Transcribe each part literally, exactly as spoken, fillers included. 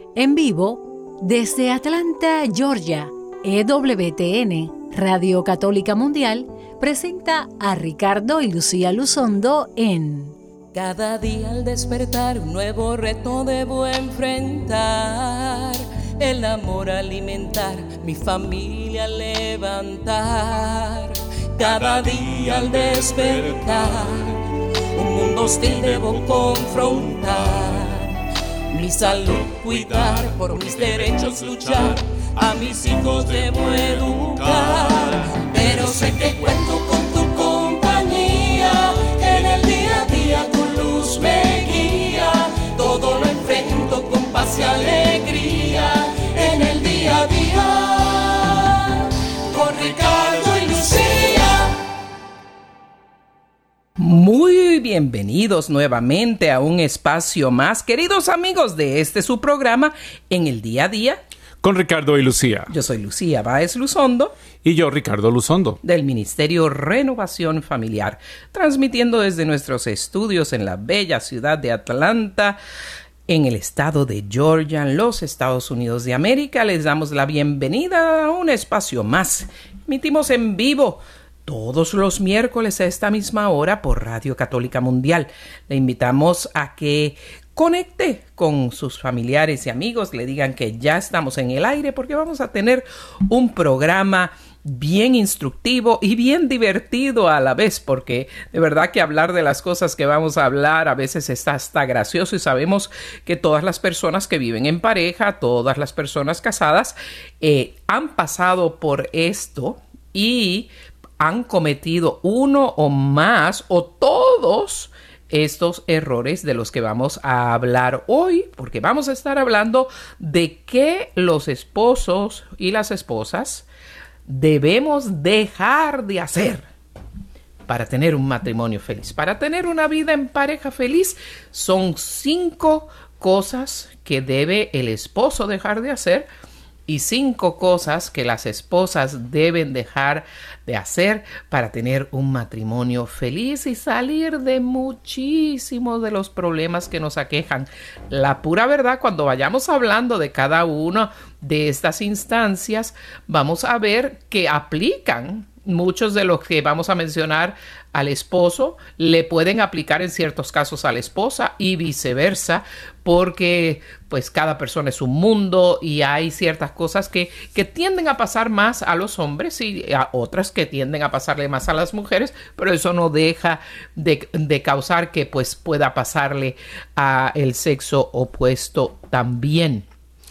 En vivo, desde Atlanta, Georgia, E W T N, Radio Católica Mundial, presenta a Ricardo y Lucía Luzondo en Cada día al despertar un nuevo reto debo enfrentar. El amor alimentar, mi familia levantar. Cada día al despertar un mundo hostil debo confrontar. Mi salud cuidar, por mis derechos luchar. A mis hijos debo educar. Pero sé que cuento con tu compañía. En el día a día tu luz me guía. Todo lo enfrento con paz y alegría. En el día a día con Ricardo y Lucía. Muy bienvenidos nuevamente a un espacio más, queridos amigos de este su programa En el Día a Día con Ricardo y Lucía. Yo soy Lucía Báez Luzondo. Y yo, Ricardo Luzondo. Del Ministerio Renovación Familiar, transmitiendo desde nuestros estudios en la bella ciudad de Atlanta, en el estado de Georgia, en los Estados Unidos de América. Les damos la bienvenida a un espacio más. Emitimos en vivo todos los miércoles a esta misma hora por Radio Católica Mundial. Le invitamos a que conecte con sus familiares y amigos, le digan que ya estamos en el aire porque vamos a tener un programa bien instructivo y bien divertido a la vez, porque de verdad que hablar de las cosas que vamos a hablar a veces está hasta gracioso, y sabemos que todas las personas que viven en pareja, todas las personas casadas eh, han pasado por esto y han cometido uno o más o todos estos errores de los que vamos a hablar hoy, porque vamos a estar hablando de qué los esposos y las esposas debemos dejar de hacer para tener un matrimonio feliz, para tener una vida en pareja feliz. Son cinco cosas que debe el esposo dejar de hacer y cinco cosas que las esposas deben dejar de hacer para tener un matrimonio feliz y salir de muchísimos de los problemas que nos aquejan. La pura verdad, cuando vayamos hablando de cada una de estas instancias, vamos a ver que aplican muchos de los que vamos a mencionar al esposo, le pueden aplicar en ciertos casos a la esposa y viceversa, porque pues cada persona es un mundo y hay ciertas cosas que, que tienden a pasar más a los hombres y a otras que tienden a pasarle más a las mujeres, pero eso no deja de, de causar que pues pueda pasarle a el sexo opuesto también.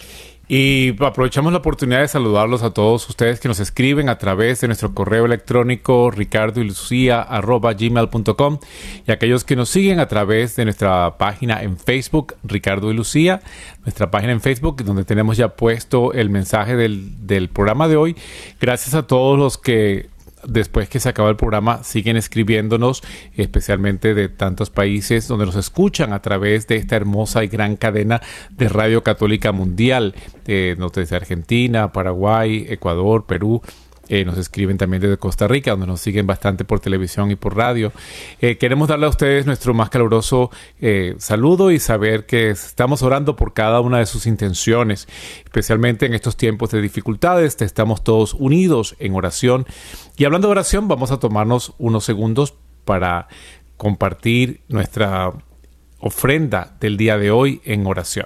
Y aprovechamos la oportunidad de saludarlos a todos ustedes que nos escriben a través de nuestro correo electrónico ricardo y lucía arroba gmail punto com, y aquellos que nos siguen a través de nuestra página en Facebook, Ricardo y Lucía, nuestra página en Facebook, donde tenemos ya puesto el mensaje del, del programa de hoy. Gracias a todos los que después que se acaba el programa siguen escribiéndonos, especialmente de tantos países donde nos escuchan a través de esta hermosa y gran cadena de Radio Católica Mundial, eh, desde Argentina, Paraguay, Ecuador, Perú. Eh, nos escriben también desde Costa Rica, donde nos siguen bastante por televisión y por radio. Eh, queremos darle a ustedes nuestro más caluroso eh, saludo y saber que estamos orando por cada una de sus intenciones, especialmente en estos tiempos de dificultades. Estamos todos unidos en oración. Y hablando de oración, vamos a tomarnos unos segundos para compartir nuestra ofrenda del día de hoy en oración.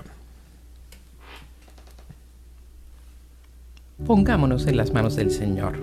Pongámonos en las manos del Señor.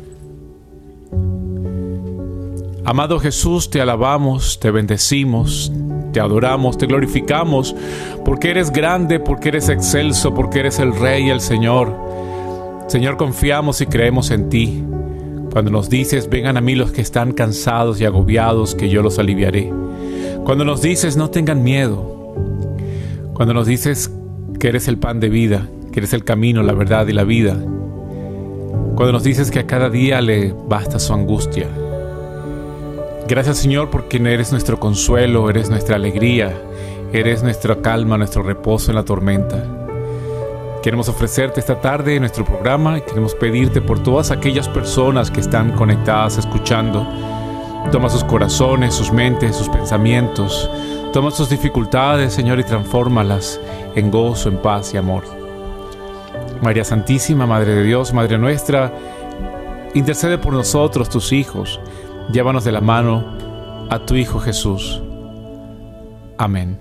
Amado Jesús, te alabamos, te bendecimos, te adoramos, te glorificamos, porque eres grande, porque eres excelso, porque eres el Rey y el Señor. Señor, confiamos y creemos en ti. Cuando nos dices, vengan a mí los que están cansados y agobiados, que yo los aliviaré. Cuando nos dices, no tengan miedo. Cuando nos dices que eres el pan de vida, que eres el camino, la verdad y la vida. Cuando nos dices que a cada día le basta su angustia. Gracias, Señor, porque eres nuestro consuelo, eres nuestra alegría, eres nuestra calma, nuestro reposo en la tormenta. Queremos ofrecerte esta tarde nuestro programa y queremos pedirte por todas aquellas personas que están conectadas, escuchando. Toma sus corazones, sus mentes, sus pensamientos, Toma sus dificultades, Señor, y transfórmalas en gozo, en paz y amor. María Santísima, Madre de Dios, Madre nuestra, intercede por nosotros, tus hijos. Llévanos de la mano a tu Hijo Jesús. Amén.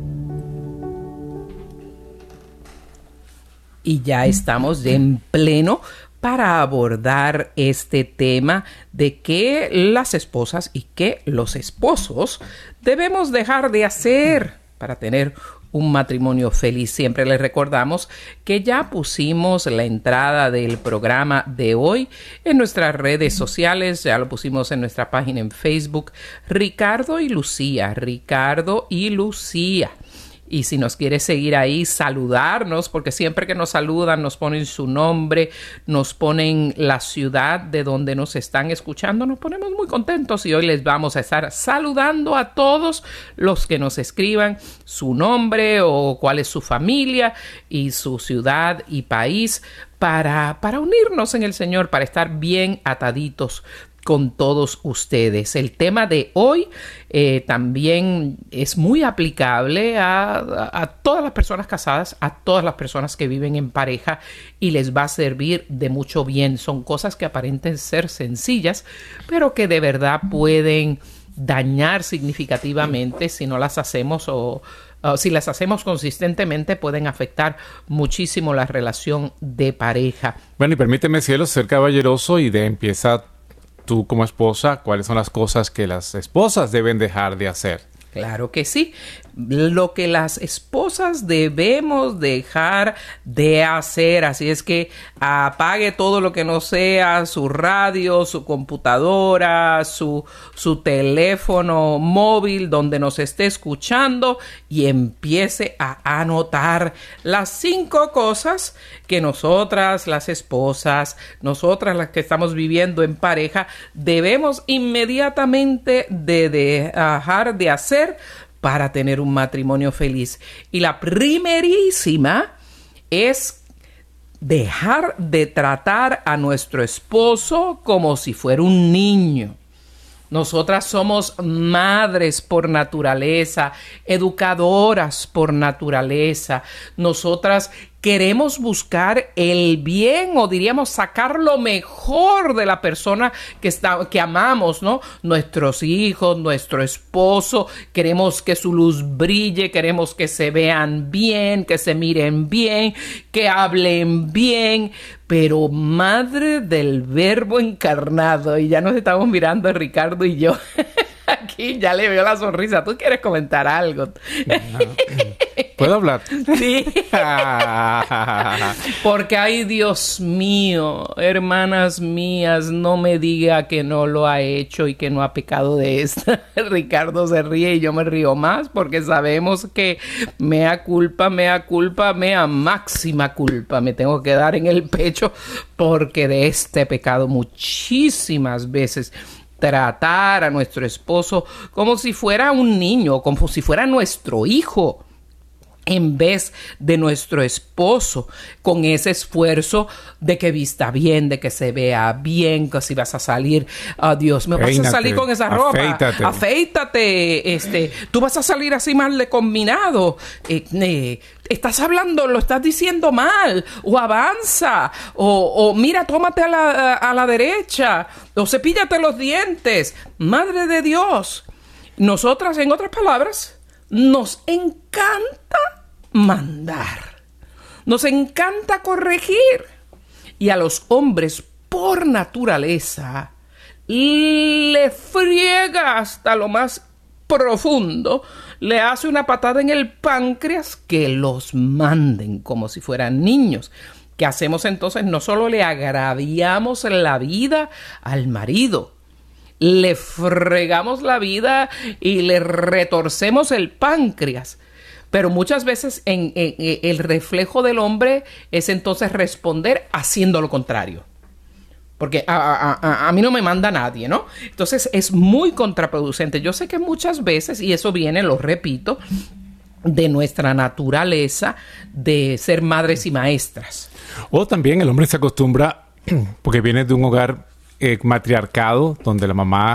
Y ya estamos en pleno para abordar este tema de qué las esposas y qué los esposos debemos dejar de hacer para tener un matrimonio feliz. Siempre les recordamos que ya pusimos la entrada del programa de hoy en nuestras redes sociales, ya lo pusimos en nuestra página en Facebook, Ricardo y Lucía, Ricardo y Lucía. Y si nos quiere seguir ahí, saludarnos, porque siempre que nos saludan nos ponen su nombre, nos ponen la ciudad de donde nos están escuchando, nos ponemos muy contentos y hoy les vamos a estar saludando a todos los que nos escriban su nombre o cuál es su familia y su ciudad y país para, para unirnos en el Señor, para estar bien ataditos con todos ustedes. El tema de hoy eh, también es muy aplicable a, a, a todas las personas casadas, a todas las personas que viven en pareja y les va a servir de mucho bien. Son cosas que aparenten ser sencillas, pero que de verdad pueden dañar significativamente si no las hacemos o Uh, si las hacemos consistentemente, pueden afectar muchísimo la relación de pareja. Bueno, y permíteme, cielo, ser caballeroso y de empieza tú como esposa, ¿cuáles son las cosas que las esposas deben dejar de hacer? Claro que sí. Lo que las esposas debemos dejar de hacer, así es que apague todo lo que no sea su radio, su computadora, su, su teléfono móvil donde nos esté escuchando y empiece a anotar las cinco cosas que nosotras, las esposas, nosotras las que estamos viviendo en pareja, debemos inmediatamente de dejar de hacer para tener un matrimonio feliz. Y la primerísima es dejar de tratar a nuestro esposo como si fuera un niño. Nosotras somos madres por naturaleza, educadoras por naturaleza. Nosotras queremos buscar el bien o diríamos sacar lo mejor de la persona que, está, que amamos, ¿no? Nuestros hijos, nuestro esposo, queremos que su luz brille, queremos que se vean bien, que se miren bien, que hablen bien, pero madre del Verbo encarnado, y ya nos estamos mirando Ricardo y yo. Aquí ya le veo la sonrisa. ¿Tú quieres comentar algo? ¿Puedo hablar? Sí. Porque, ay, Dios mío, hermanas mías, no me diga que no lo ha hecho y que no ha pecado de esta. Ricardo se ríe y yo me río más porque sabemos que mea culpa, mea culpa, mea máxima culpa. Me tengo que dar en el pecho porque de este pecado muchísimas veces tratar a nuestro esposo como si fuera un niño, como si fuera nuestro hijo, en vez de nuestro esposo, con ese esfuerzo de que vista bien, de que se vea bien, que si vas a salir, oh, Dios, me vas a salir con esa ropa, afeítate, afeítate, este, tú vas a salir así mal de combinado, eh, eh, estás hablando, lo estás diciendo mal, o avanza, o, o mira, tómate a la, a la derecha, o cepíllate los dientes. Madre de Dios, nosotras, en otras palabras, nos encanta mandar, nos encanta corregir, y a los hombres por naturaleza le friega hasta lo más profundo, le hace una patada en el páncreas que los manden como si fueran niños. ¿Qué hacemos entonces? No solo le agraviamos la vida al marido, le fregamos la vida y le retorcemos el páncreas. Pero muchas veces en, en, en el reflejo del hombre es entonces responder haciendo lo contrario. Porque a, a, a, a mí no me manda nadie, ¿no? Entonces es muy contraproducente. Yo sé que muchas veces, y eso viene, lo repito, de nuestra naturaleza de ser madres y maestras. O también el hombre se acostumbra, porque viene de un hogar eh, matriarcado, donde la mamá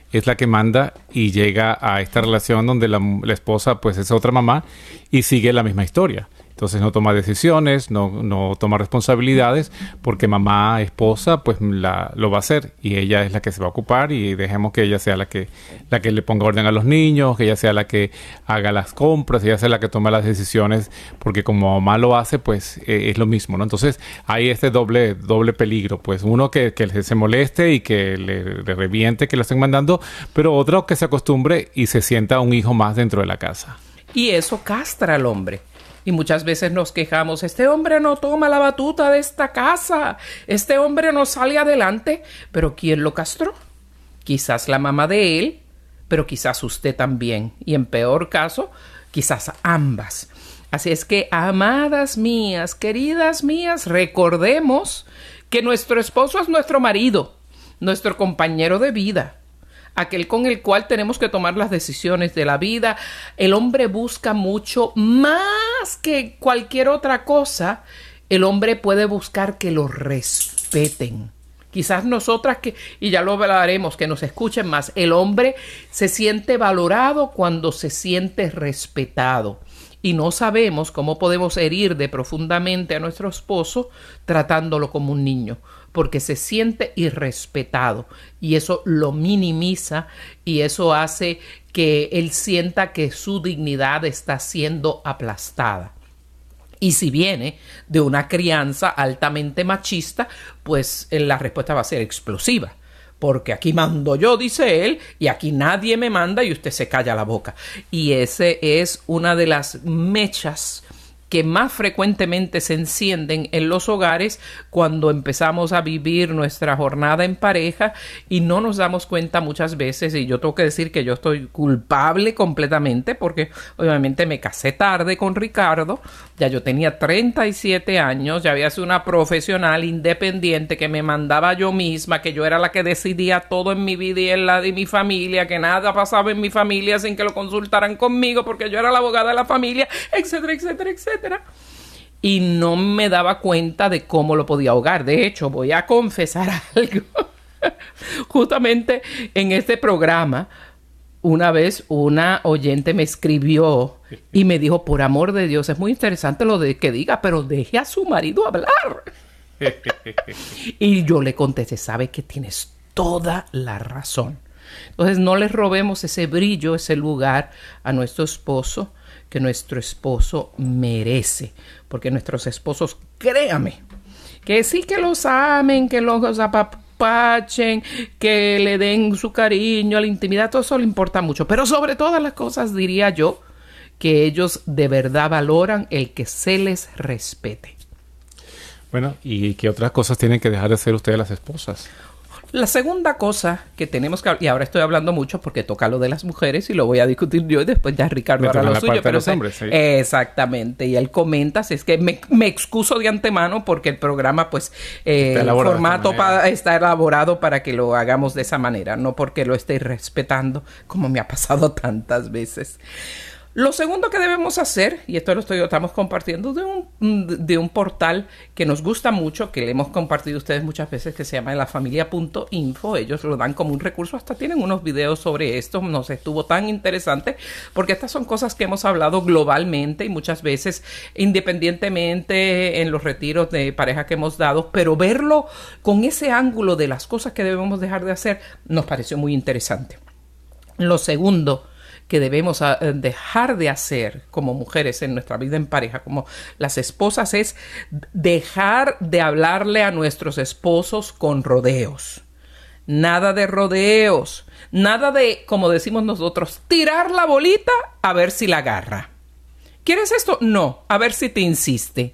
es la que manda y llega a esta relación donde la, la esposa pues es otra mamá y sigue la misma historia. Entonces no toma decisiones, no, no toma responsabilidades, porque mamá, esposa, pues la, lo va a hacer y ella es la que se va a ocupar, y dejemos que ella sea la que, la que le ponga orden a los niños, que ella sea la que haga las compras, ella sea la que tome las decisiones, porque como mamá lo hace, pues eh, es lo mismo, ¿no? Entonces hay este doble, doble peligro, pues uno que, que se moleste y que le, le reviente que lo estén mandando, pero otro que se acostumbre y se sienta un hijo más dentro de la casa. Y eso castra al hombre. Y muchas veces nos quejamos, este hombre no toma la batuta de esta casa, este hombre no sale adelante. Pero ¿quién lo castró? Quizás la mamá de él, pero quizás usted también. Y en peor caso, quizás ambas. Así es que, amadas mías, queridas mías, recordemos que nuestro esposo es nuestro marido, nuestro compañero de vida, aquel con el cual tenemos que tomar las decisiones de la vida. El hombre busca mucho más que cualquier otra cosa. El hombre puede buscar que lo respeten. Quizás nosotras, que, y ya lo hablaremos, que nos escuchen más, el hombre se siente valorado cuando se siente respetado. Y no sabemos cómo podemos herir de profundamente a nuestro esposo tratándolo como un niño, porque se siente irrespetado y eso lo minimiza y eso hace que él sienta que su dignidad está siendo aplastada. Y si viene de una crianza altamente machista, pues la respuesta va a ser explosiva. Porque aquí mando yo, dice él, y aquí nadie me manda y usted se calla la boca. Y ese es una de las mechas que más frecuentemente se encienden en los hogares cuando empezamos a vivir nuestra jornada en pareja y no nos damos cuenta muchas veces, y yo tengo que decir que yo estoy culpable completamente porque obviamente me casé tarde con Ricardo, ya yo tenía treinta y siete años, ya había sido una profesional independiente que me mandaba yo misma, que yo era la que decidía todo en mi vida y en la de mi familia, que nada pasaba en mi familia sin que lo consultaran conmigo porque yo era la abogada de la familia, etcétera, etcétera, etcétera. Y no me daba cuenta de cómo lo podía ahogar. De hecho, voy a confesar algo. Justamente en este programa, una vez una oyente me escribió y me dijo, por amor de Dios, es muy interesante lo de que diga, pero deje a su marido hablar. Y yo le contesté, sabe que tienes toda la razón. Entonces no les robemos ese brillo, ese lugar a nuestro esposo, que nuestro esposo merece, porque nuestros esposos, créame, que sí que los amen, que los apapachen, que le den su cariño, la intimidad, todo eso le importa mucho, pero sobre todas las cosas diría yo que ellos de verdad valoran el que se les respete. Bueno, ¿y qué otras cosas tienen que dejar de hacer ustedes las esposas? La segunda cosa que tenemos que... Y ahora estoy hablando mucho porque toca lo de las mujeres y lo voy a discutir yo y después ya Ricardo hará lo la suyo. Parte pero de los hombres, sí. Exactamente. Y él comenta, si es que me, me excuso de antemano porque el programa, pues, eh, el formato pa, está elaborado para que lo hagamos de esa manera, no porque lo esté respetando como me ha pasado tantas veces. Lo segundo que debemos hacer, y esto lo estoy, estamos compartiendo de un, de un portal que nos gusta mucho, que le hemos compartido a ustedes muchas veces, que se llama la familia punto info. Ellos lo dan como un recurso, hasta tienen unos videos sobre esto. Nos estuvo tan interesante, porque estas son cosas que hemos hablado globalmente y muchas veces independientemente en los retiros de pareja que hemos dado, pero verlo con ese ángulo de las cosas que debemos dejar de hacer nos pareció muy interesante. Lo segundo que debemos dejar de hacer como mujeres en nuestra vida en pareja, como las esposas, es dejar de hablarle a nuestros esposos con rodeos. Nada de rodeos, nada de, como decimos nosotros, tirar la bolita a ver si la agarra. ¿Quieres esto? No, a ver si te insiste.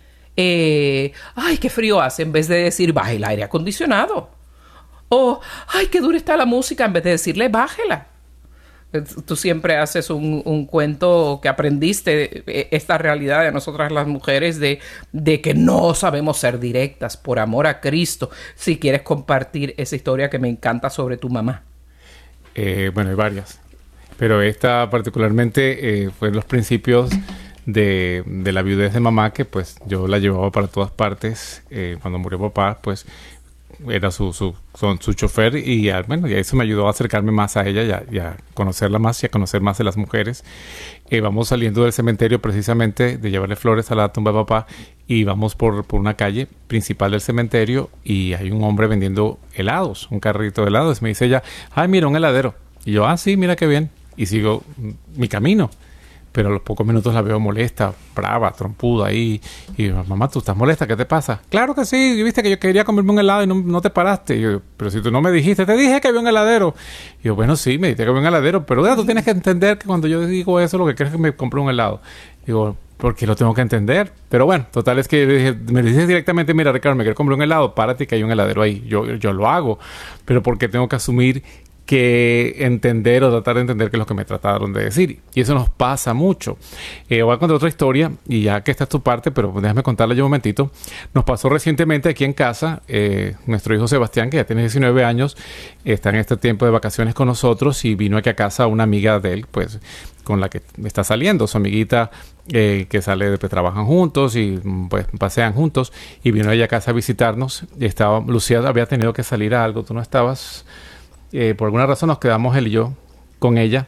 Eh, ay, qué frío hace, en vez de decir, baje el aire acondicionado. O, ay, qué dura está la música, en vez de decirle, bájela. Tú siempre haces un, un cuento que aprendiste, esta realidad de nosotras las mujeres, de, de que no sabemos ser directas, por amor a Cristo. Si quieres compartir esa historia que me encanta sobre tu mamá. Eh, bueno, hay varias. Pero esta particularmente eh, fue en los principios de, de la viudez de mamá, que pues yo la llevaba para todas partes. Eh, cuando murió papá, pues era su, su, son, su chofer y, ya, bueno, y eso me ayudó a acercarme más a ella y a, y a conocerla más y a conocer más de las mujeres. Eh, vamos saliendo del cementerio precisamente de llevarle flores a la tumba de papá y vamos por, por una calle principal del cementerio y hay un hombre vendiendo helados, un carrito de helados. Me dice ella, ay, mira, un heladero. Y yo, ah, sí, mira qué bien. Y sigo mi camino. Pero a los pocos minutos la veo molesta, brava, trompuda ahí. Y yo, mamá, ¿tú estás molesta? ¿Qué te pasa? Claro que sí, viste que yo quería comerme un helado y no, no te paraste. Y yo, pero si tú no me dijiste, te dije que había un heladero. Y yo, bueno, sí, me dijiste que había un heladero, pero ya, tú tienes que entender que cuando yo digo eso, lo que quieres es que me compre un helado. Y digo, ¿por qué lo tengo que entender? Pero bueno, total es que dije, me dices directamente, mira, Ricardo, me quiero comprar un helado, párate que hay un heladero ahí. Yo, yo lo hago, pero porque tengo que asumir que entender o tratar de entender qué es lo que me trataron de decir. Y eso nos pasa mucho. Eh, voy a contar otra historia, y ya que esta es tu parte, pero déjame contarla yo un momentito. Nos pasó recientemente aquí en casa, eh, nuestro hijo Sebastián, que ya tiene diecinueve años, está en este tiempo de vacaciones con nosotros y vino aquí a casa una amiga de él, pues, con la que está saliendo, su amiguita eh, que sale, de, trabajan juntos y pues pasean juntos, y vino ella a casa a visitarnos. Y estaba, Lucía había tenido que salir a algo, tú no estabas... Eh, por alguna razón nos quedamos él y yo con ella.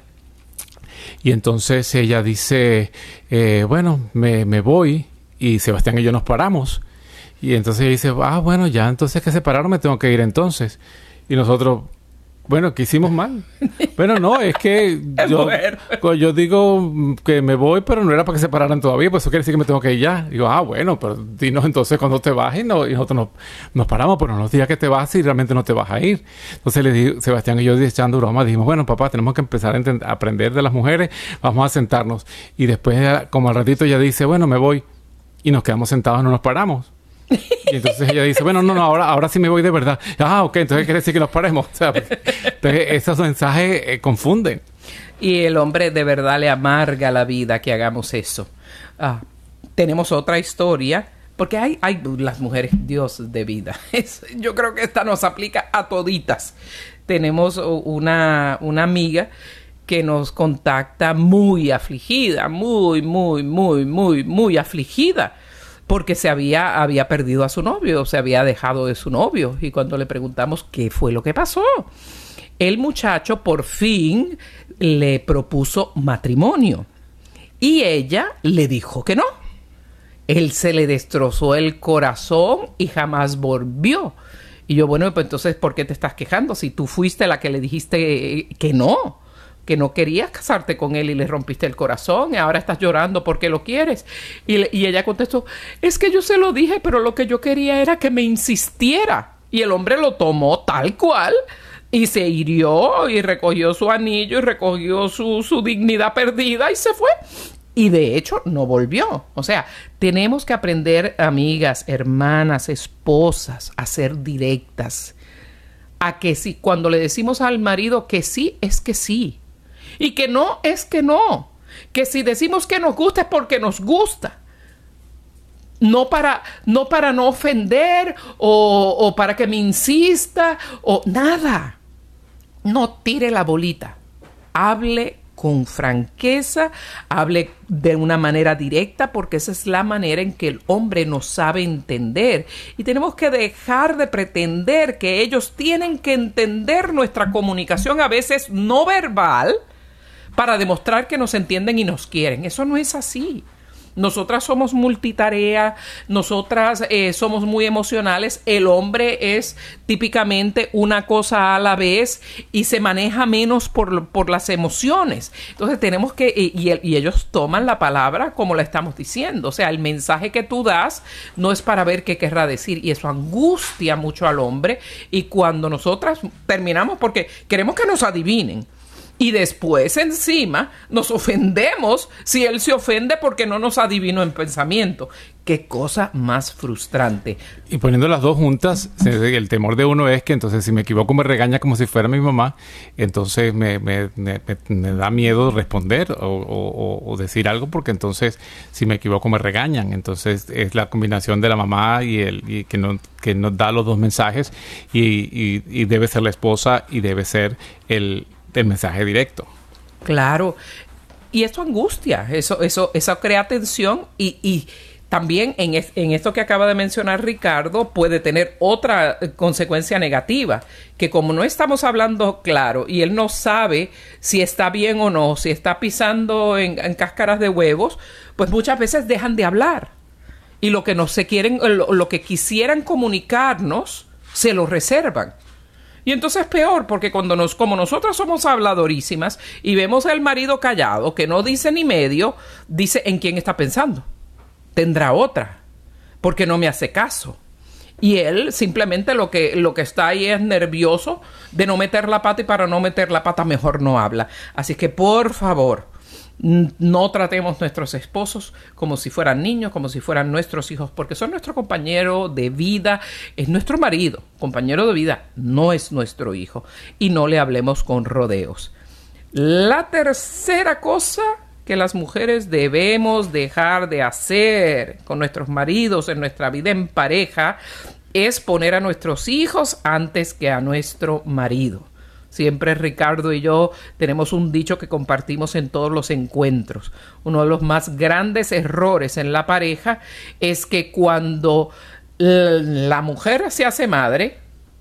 Y entonces ella dice, eh, bueno, me, me voy. Y Sebastián y yo nos paramos. Y entonces ella dice, ah, bueno, ya entonces que se pararon, me tengo que ir entonces. Y nosotros, bueno, ¿qué hicimos mal? Bueno, no, es que yo, yo digo que me voy, pero no era para que se pararan todavía, pues eso quiere decir que me tengo que ir ya. Digo, ah, bueno, pero dinos entonces cuando te vas y, no, y nosotros nos, nos paramos, pero no nos digas que te vas si realmente no te vas a ir. Entonces le dije, Sebastián y yo echando broma, dijimos, bueno, papá, tenemos que empezar a, entender, a aprender de las mujeres, vamos a sentarnos. Y después, como al ratito, ella dice, bueno, me voy. Y nos quedamos sentados, no nos paramos. Y entonces ella dice, bueno, no, no, ahora, ahora sí me voy de verdad. Ah, ok, entonces quiere decir que nos paremos. O sea, entonces esos mensajes eh, confunden. Y el hombre de verdad le amarga la vida que hagamos eso. Ah, tenemos otra historia, porque hay, hay las mujeres dios de vida. Es, yo creo que esta nos aplica a toditas. Tenemos una, una amiga que nos contacta muy afligida, muy, muy, muy, muy, muy afligida, porque se había, había perdido a su novio, se había dejado de su novio. Y cuando le preguntamos qué fue lo que pasó, el muchacho por fin le propuso matrimonio y ella le dijo que no. Él se le destrozó el corazón y jamás volvió. Y yo, bueno, pues entonces, ¿por qué te estás quejando? Si tú fuiste la que le dijiste que no, que no querías casarte con él y le rompiste el corazón y ahora estás llorando porque lo quieres. Y, le, y ella contestó, es que yo se lo dije, pero lo que yo quería era que me insistiera. Y el hombre lo tomó tal cual y se hirió y recogió su anillo y recogió su, su dignidad perdida y se fue. Y de hecho no volvió. O sea, tenemos que aprender, amigas, hermanas, esposas, a ser directas. A que sí, cuando le decimos al marido que sí, es que sí. Y que no, es que no. Que si decimos que nos gusta es porque nos gusta. No para no, para no ofender o, o para que me insista o nada. No tire la bolita. Hable con franqueza, hable de una manera directa, porque esa es la manera en que el hombre nos sabe entender. Y tenemos que dejar de pretender que ellos tienen que entender nuestra comunicación, a veces no verbal, para demostrar que nos entienden y nos quieren. Eso no es así. Nosotras somos multitarea, nosotras eh, somos muy emocionales. El hombre es típicamente una cosa a la vez y se maneja menos por, por las emociones. Entonces tenemos que, y, y, y ellos toman la palabra como la estamos diciendo. O sea, el mensaje que tú das no es para ver qué querrá decir, y eso angustia mucho al hombre. Y cuando nosotras terminamos, porque queremos que nos adivinen, y después encima nos ofendemos si él se ofende porque no nos adivinó en pensamiento. Qué cosa más frustrante. Y poniendo las dos juntas, el temor de uno es que entonces si me equivoco me regaña como si fuera mi mamá, entonces me, me, me, me da miedo responder o, o, o decir algo, porque entonces si me equivoco me regañan. Entonces es la combinación de la mamá y el y que, no, que nos da los dos mensajes, y, y, y debe ser la esposa y debe ser el el mensaje directo. Claro. Y eso angustia, eso, eso, eso crea tensión y, y también en, es, en esto que acaba de mencionar Ricardo puede tener otra eh, consecuencia negativa, que como no estamos hablando claro y él no sabe si está bien o no, si está pisando en, en cáscaras de huevos, pues muchas veces dejan de hablar. Y lo que no se quieren, lo, lo que quisieran comunicarnos, se lo reservan. Y entonces es peor, porque cuando nos, como nosotras somos habladorísimas y vemos al marido callado, que no dice ni medio, dice en quién está pensando. Tendrá otra, porque no me hace caso. Y él simplemente lo que, lo que está ahí es nervioso de no meter la pata, y para no meter la pata mejor no habla. Así que por favor, no tratemos nuestros esposos como si fueran niños, como si fueran nuestros hijos, porque son nuestro compañero de vida, es nuestro marido, compañero de vida, no es nuestro hijo. Y no le hablemos con rodeos. La tercera cosa que las mujeres debemos dejar de hacer con nuestros maridos en nuestra vida en pareja es poner a nuestros hijos antes que a nuestro marido. Siempre Ricardo y yo tenemos un dicho que compartimos en todos los encuentros. Uno de los más grandes errores en la pareja es que cuando la mujer se hace madre,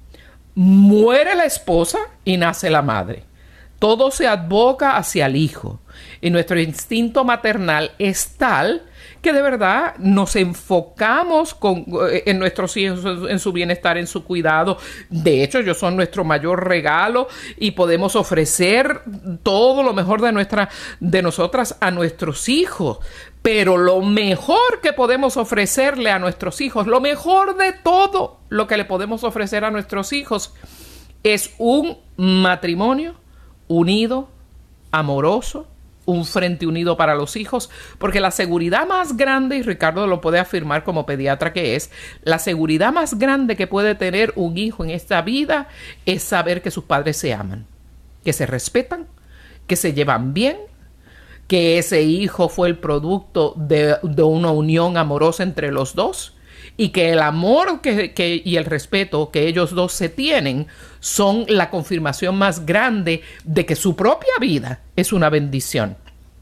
muere la esposa y nace la madre. Todo se advoca hacia el hijo. Y nuestro instinto maternal es tal que de verdad nos enfocamos con, en nuestros hijos, en su bienestar, en su cuidado. De hecho, ellos son nuestro mayor regalo y podemos ofrecer todo lo mejor de, nuestra, de nosotras a nuestros hijos. Pero lo mejor que podemos ofrecerle a nuestros hijos, lo mejor de todo lo que le podemos ofrecer a nuestros hijos, es un matrimonio unido, amoroso, un frente unido para los hijos, porque la seguridad más grande, y Ricardo lo puede afirmar como pediatra que es, la seguridad más grande que puede tener un hijo en esta vida es saber que sus padres se aman, que se respetan, que se llevan bien, que ese hijo fue el producto de, de una unión amorosa entre los dos, y que el amor que, que, y el respeto que ellos dos se tienen son la confirmación más grande de que su propia vida es una bendición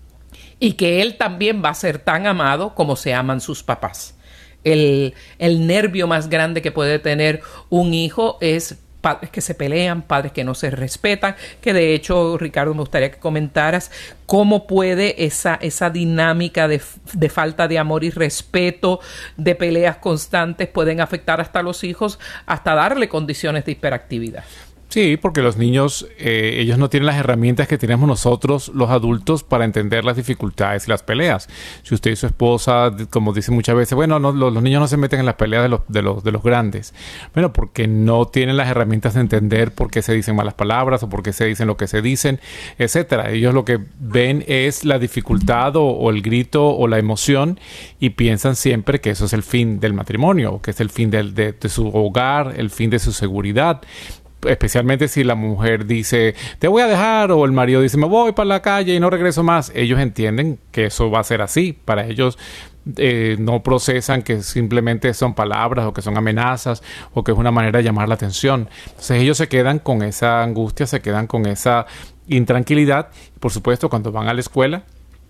y que él también va a ser tan amado como se aman sus papás. El, el nervio más grande que puede tener un hijo es padres que se pelean, padres que no se respetan, que de hecho, Ricardo, me gustaría que comentaras cómo puede esa, esa dinámica de, de falta de amor y respeto, de peleas constantes, pueden afectar hasta a los hijos, hasta darle condiciones de hiperactividad. Sí, porque los niños, eh, ellos no tienen las herramientas que tenemos nosotros, los adultos, para entender las dificultades y las peleas. Si usted y su esposa, como dicen muchas veces, bueno, no, los, los niños no se meten en las peleas de los, de los, de los grandes. Bueno, porque no tienen las herramientas de entender por qué se dicen malas palabras o por qué se dicen lo que se dicen, etcétera. Ellos lo que ven es la dificultad o, o el grito o la emoción y piensan siempre que eso es el fin del matrimonio, o que es el fin del, de, de su hogar, el fin de su seguridad. Especialmente si la mujer dice te voy a dejar, o el marido dice me voy para la calle y no regreso más. Ellos entienden que eso va a ser así. Para ellos eh, no procesan que simplemente son palabras o que son amenazas o que es una manera de llamar la atención. Entonces ellos se quedan con esa angustia, se quedan con esa intranquilidad. Por supuesto, cuando van a la escuela,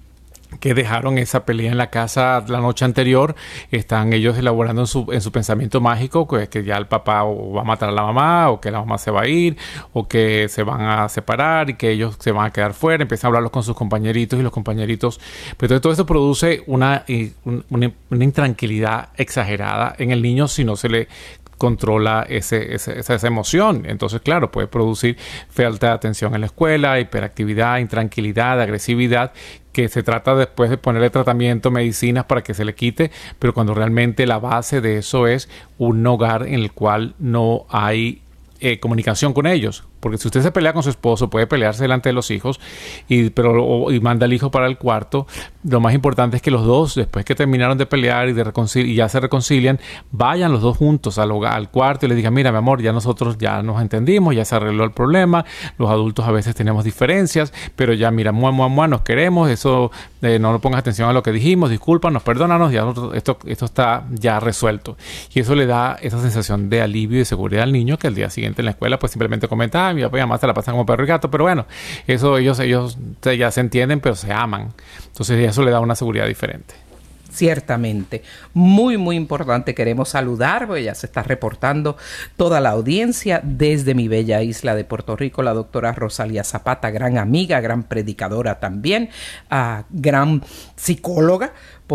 que dejaron esa pelea en la casa la noche anterior, están ellos elaborando en su, en su pensamiento mágico que, que ya el papá o va a matar a la mamá, o que la mamá se va a ir, o que se van a separar y que ellos se van a quedar fuera. Empiezan a hablarlos con sus compañeritos y los compañeritos. Pero entonces todo esto produce una, una, una intranquilidad exagerada en el niño si no se le controla ese, ese, esa, esa emoción. Entonces, claro, puede producir falta de atención en la escuela, hiperactividad, intranquilidad, agresividad, que se trata después de ponerle tratamiento, medicinas para que se le quite, pero cuando realmente la base de eso es un hogar en el cual no hay eh, comunicación con ellos. Porque si usted se pelea con su esposo, puede pelearse delante de los hijos y, pero, o, y manda al hijo para el cuarto. Lo más importante es que los dos, después que terminaron de pelear y, de reconcil- y ya se reconcilian, vayan los dos juntos al, hogar, al cuarto y le digan, mira, mi amor, ya nosotros ya nos entendimos, ya se arregló el problema. Los adultos a veces tenemos diferencias, pero ya, mira, mua, mua, mua, nos queremos. Eso, eh, no pongas atención a lo que dijimos, discúlpanos, perdónanos, ya nosotros, esto, esto está ya resuelto. Y eso le da esa sensación de alivio y de seguridad al niño, que al día siguiente en la escuela pues simplemente comenta, mi papá y mamá se la pasan como perro y gato, pero bueno, eso ellos, ellos ya se entienden, pero se aman. Entonces eso le da una seguridad diferente. Ciertamente, muy muy importante. Queremos saludar, porque ya se está reportando toda la audiencia desde mi bella isla de Puerto Rico, la doctora Rosalía Zapata, gran amiga, gran predicadora también, uh, gran psicóloga,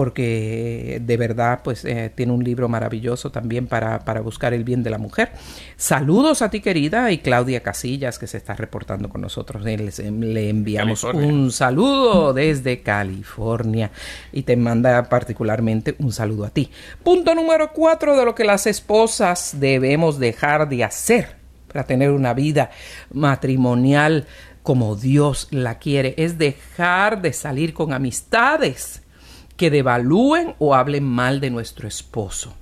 porque de verdad pues eh, tiene un libro maravilloso también para, para buscar el bien de la mujer. Saludos a ti, querida, y Claudia Casillas, que se está reportando con nosotros. Le, le enviamos California. Un saludo desde California y te manda particularmente un saludo a ti. Punto número cuatro de lo que las esposas debemos dejar de hacer para tener una vida matrimonial como Dios la quiere es dejar de salir con amistades que devalúen o hablen mal de nuestro esposo.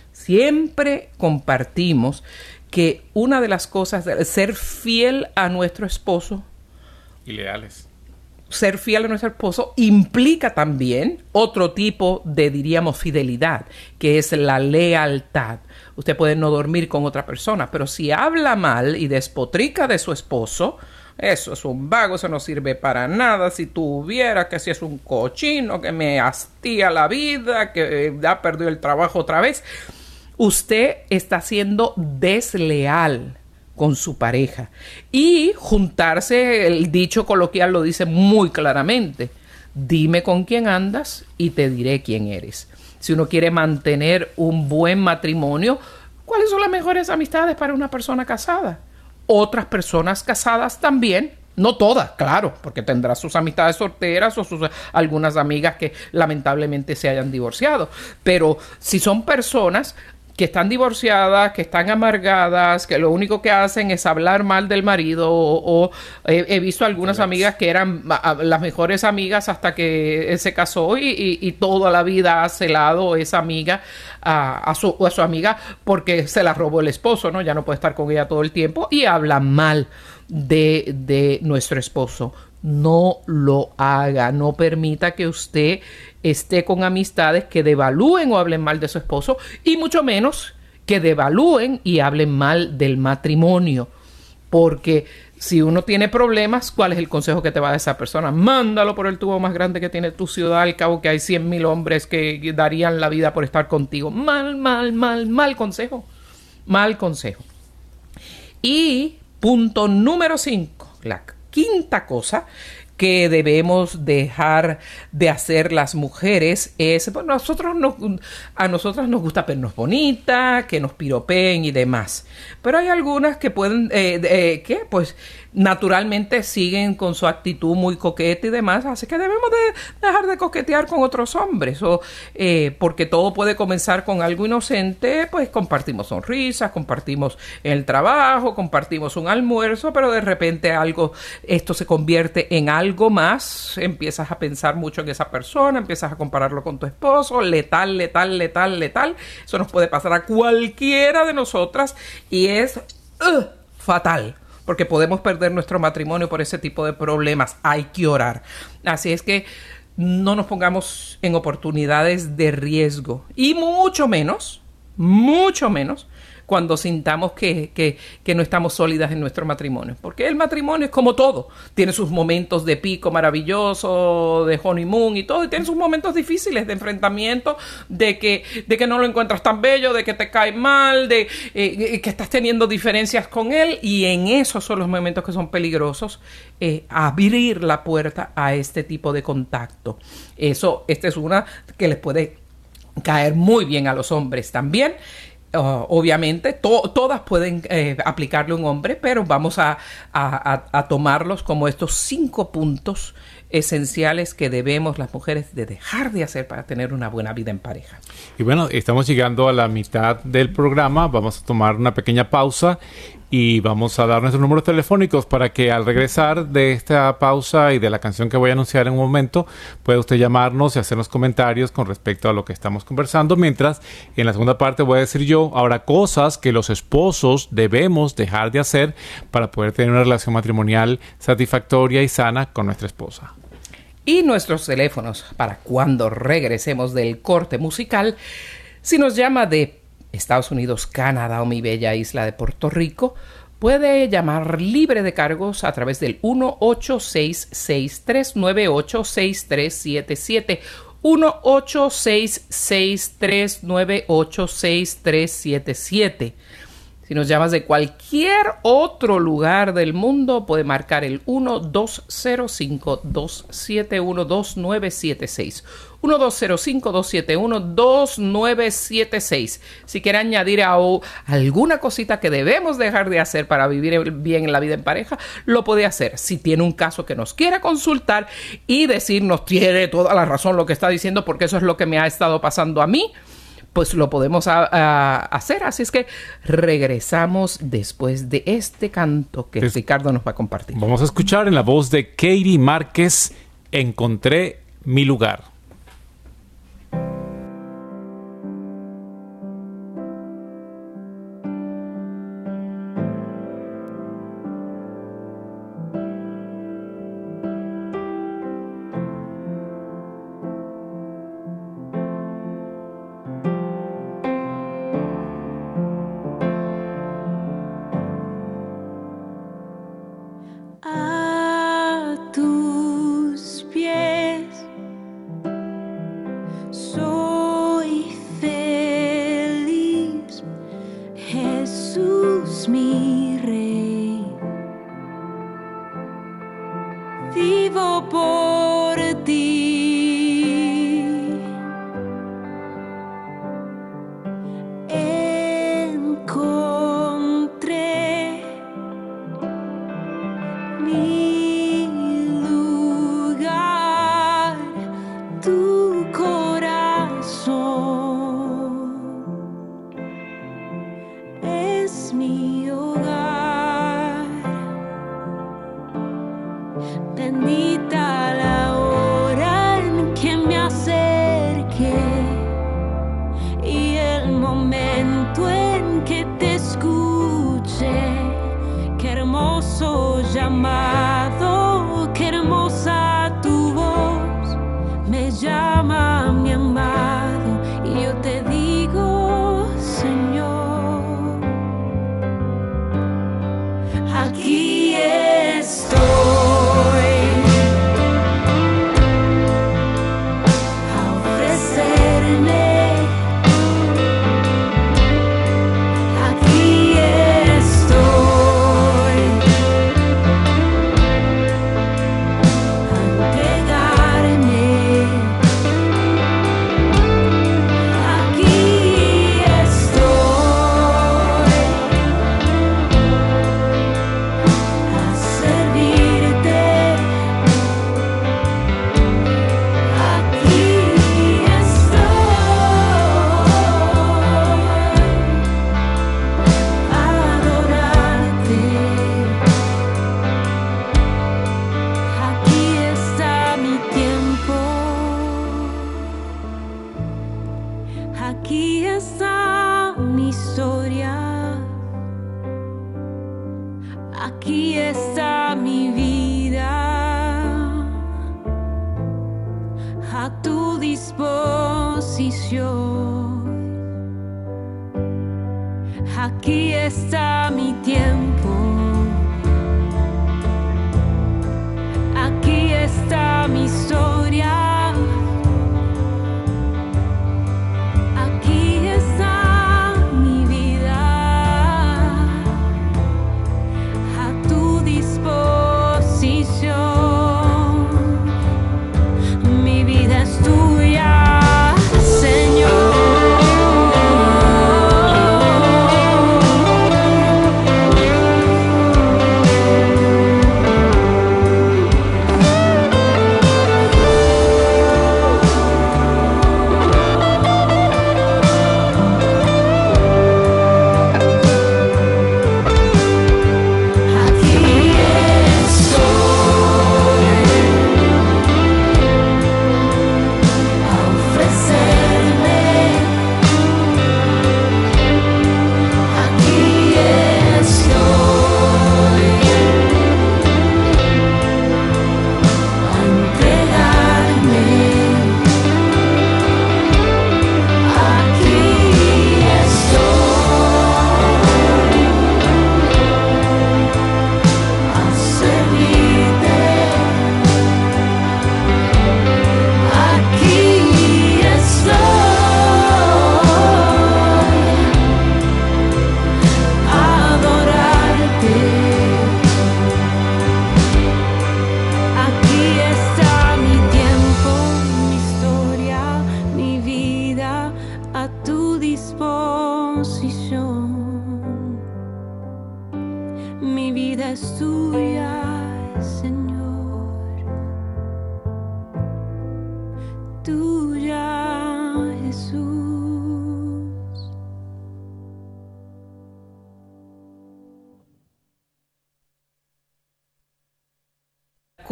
Siempre compartimos que una de las cosas de ser fiel a nuestro esposo y leales. Ser fiel a nuestro esposo implica también otro tipo de, diríamos, fidelidad, que es la lealtad. Usted puede no dormir con otra persona, pero si habla mal y despotrica de su esposo, eso es un vago, eso no sirve para nada. Si tuviera que si es un cochino que me hastía la vida, que ya perdió el trabajo otra vez, usted está siendo desleal con su pareja. Y juntarse, el dicho coloquial lo dice muy claramente: dime con quién andas y te diré quién eres. Si uno quiere mantener un buen matrimonio, ¿cuáles son las mejores amistades para una persona casada? Otras personas casadas también, no todas, claro, porque tendrá sus amistades solteras o sus algunas amigas que lamentablemente se hayan divorciado, pero si son personas que están divorciadas, que están amargadas, que lo único que hacen es hablar mal del marido, o, o he, he visto algunas Relax. amigas que eran a, las mejores amigas hasta que él se casó y, y, y toda la vida ha celado esa amiga a, a, su, a su amiga porque se la robó el esposo, ¿no? Ya no puede estar con ella todo el tiempo y habla mal de, de nuestro esposo. No lo haga, no permita que usted esté con amistades que devalúen o hablen mal de su esposo, y mucho menos que devalúen y hablen mal del matrimonio, porque si uno tiene problemas, ¿cuál es el consejo que te va a dar esa persona? Mándalo por el tubo más grande que tiene tu ciudad, al cabo que hay cien mil hombres que darían la vida por estar contigo. Mal, mal, mal, mal consejo, mal consejo. Y punto número cinco, la quinta cosa que debemos dejar de hacer las mujeres es, pues nosotros nos, a nosotras nos gusta vernos bonitas, que nos piropeen y demás, pero hay algunas que pueden, eh, eh, ¿qué? Pues naturalmente siguen con su actitud muy coqueta y demás, así que debemos de dejar de coquetear con otros hombres, o eh, porque todo puede comenzar con algo inocente, pues compartimos sonrisas, compartimos el trabajo, compartimos un almuerzo, pero de repente algo, esto se convierte en algo más, empiezas a pensar mucho en esa persona, empiezas a compararlo con tu esposo, letal, letal, letal, letal, eso nos puede pasar a cualquiera de nosotras y es uh, fatal, porque podemos perder nuestro matrimonio por ese tipo de problemas. Hay que orar. Así es que no nos pongamos en oportunidades de riesgo, y mucho menos, mucho menos cuando sintamos que, que, que no estamos sólidas en nuestro matrimonio, porque el matrimonio es como todo, tiene sus momentos de pico maravilloso, de honeymoon y todo, y tiene sus momentos difíciles de enfrentamiento, de que, de que no lo encuentras tan bello, de que te cae mal, de eh, que estás teniendo diferencias con él, y en esos son los momentos que son peligrosos, eh, abrir la puerta a este tipo de contacto. Eso, esta es una que les puede caer muy bien a los hombres también. Uh, obviamente to- todas pueden eh, aplicarle a un hombre, pero vamos a, a, a, a tomarlos como estos cinco puntos esenciales que debemos las mujeres de dejar de hacer para tener una buena vida en pareja. Y bueno, estamos llegando a la mitad del programa, vamos a tomar una pequeña pausa y vamos a dar nuestros números telefónicos para que al regresar de esta pausa y de la canción que voy a anunciar en un momento, pueda usted llamarnos y hacernos comentarios con respecto a lo que estamos conversando, mientras en la segunda parte voy a decir yo ahora cosas que los esposos debemos dejar de hacer para poder tener una relación matrimonial satisfactoria y sana con nuestra esposa. Y nuestros teléfonos para cuando regresemos del corte musical, si nos llama de Estados Unidos, Canadá o mi bella isla de Puerto Rico, puede llamar libre de cargos a través del uno ocho seis seis, tres nueve ocho, seis tres siete siete. uno ocho seis seis tres nueve ocho seis tres siete siete. Si nos llamas de cualquier otro lugar del mundo, puede marcar el uno dos cero cinco dos siete uno dos nueve siete seis. uno dos cero cinco dos siete uno dos nueve siete seis. Si quiere añadir a, o, alguna cosita que debemos dejar de hacer para vivir bien en la vida en pareja, lo puede hacer. Si tiene un caso que nos quiera consultar y decirnos tiene toda la razón lo que está diciendo, porque eso es lo que me ha estado pasando a mí, pues lo podemos a, a hacer. Así es que regresamos después de este canto que es, Ricardo nos va a compartir. Vamos a escuchar en la voz de Katie Márquez, Encontré mi lugar.